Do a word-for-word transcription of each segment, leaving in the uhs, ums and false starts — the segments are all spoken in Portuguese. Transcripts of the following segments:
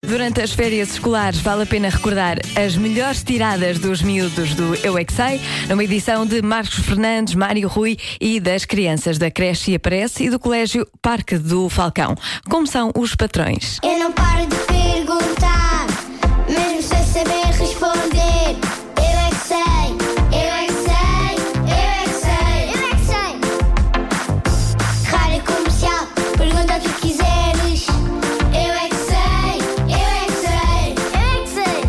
Durante as férias escolares vale a pena recordar as melhores tiradas dos miúdos do Eu É Que Sei, numa edição de Marcos Fernandes, Mário Rui e das crianças da creche Aparece e do Colégio Parque do Falcão. Como são os patrões? Eu não paro de perguntar, mesmo sem saber responder. Eu é que sei, eu é que sei, eu é que sei, eu é que sei. Rádio Comercial, pergunta o que quiseres. Eu é que sei, eu é que sei, eu é que sei.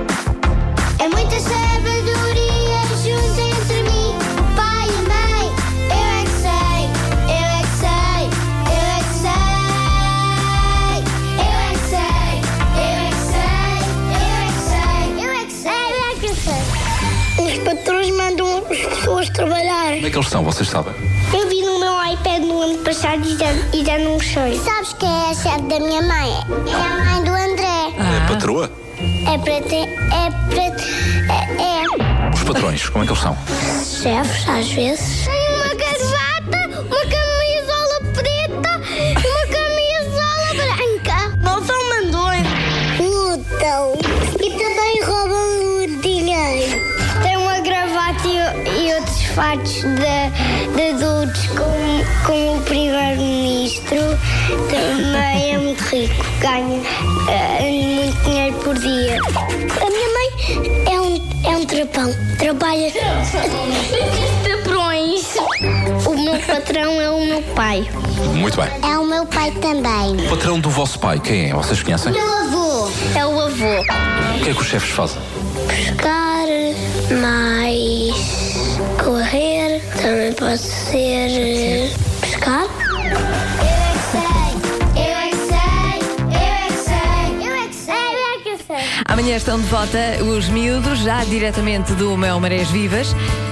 É muita sabedoria junto entre mim, o pai e a mãe. Eu é que sei, eu é que sei, eu é que sei. Eu é que sei, eu é que sei, eu é que sei, eu é que sei, eu é que sei. Os patrões mandam as pessoas trabalhar. Como é que eles são, vocês sabem? Eu vi no meu iPad no ano passado e já, e já não sei. Sabes quem é a chefe da minha mãe? É a mãe do André. É a patroa? É para ter. É para. É, é. Os patrões, como é que eles são? Chefes, às vezes. Tem uma gravata, uma camisola preta e uma camisola branca. Não são mandões. Lutam. E também roubam o dinheiro. Tem uma gravata e, e outros fatos de, de adultos, como, como o primeiro-ministro. Também é muito rico, ganha eh, muito dinheiro por dia. A minha mãe é um, é um trapão, trabalha. Patrões. O meu patrão é o meu pai. Muito bem. É o meu pai também. O patrão do vosso pai, quem é? Vocês conhecem? Meu avô. É o avô. O que é que os chefes fazem? Pescar, mais correr, também pode ser eh, pescar. Eu é que sei, eu é que sei, eu é que sei, eu é que sei, eu é que sei. Amanhã estão de volta os miúdos, já diretamente do Mel Marés Vivas.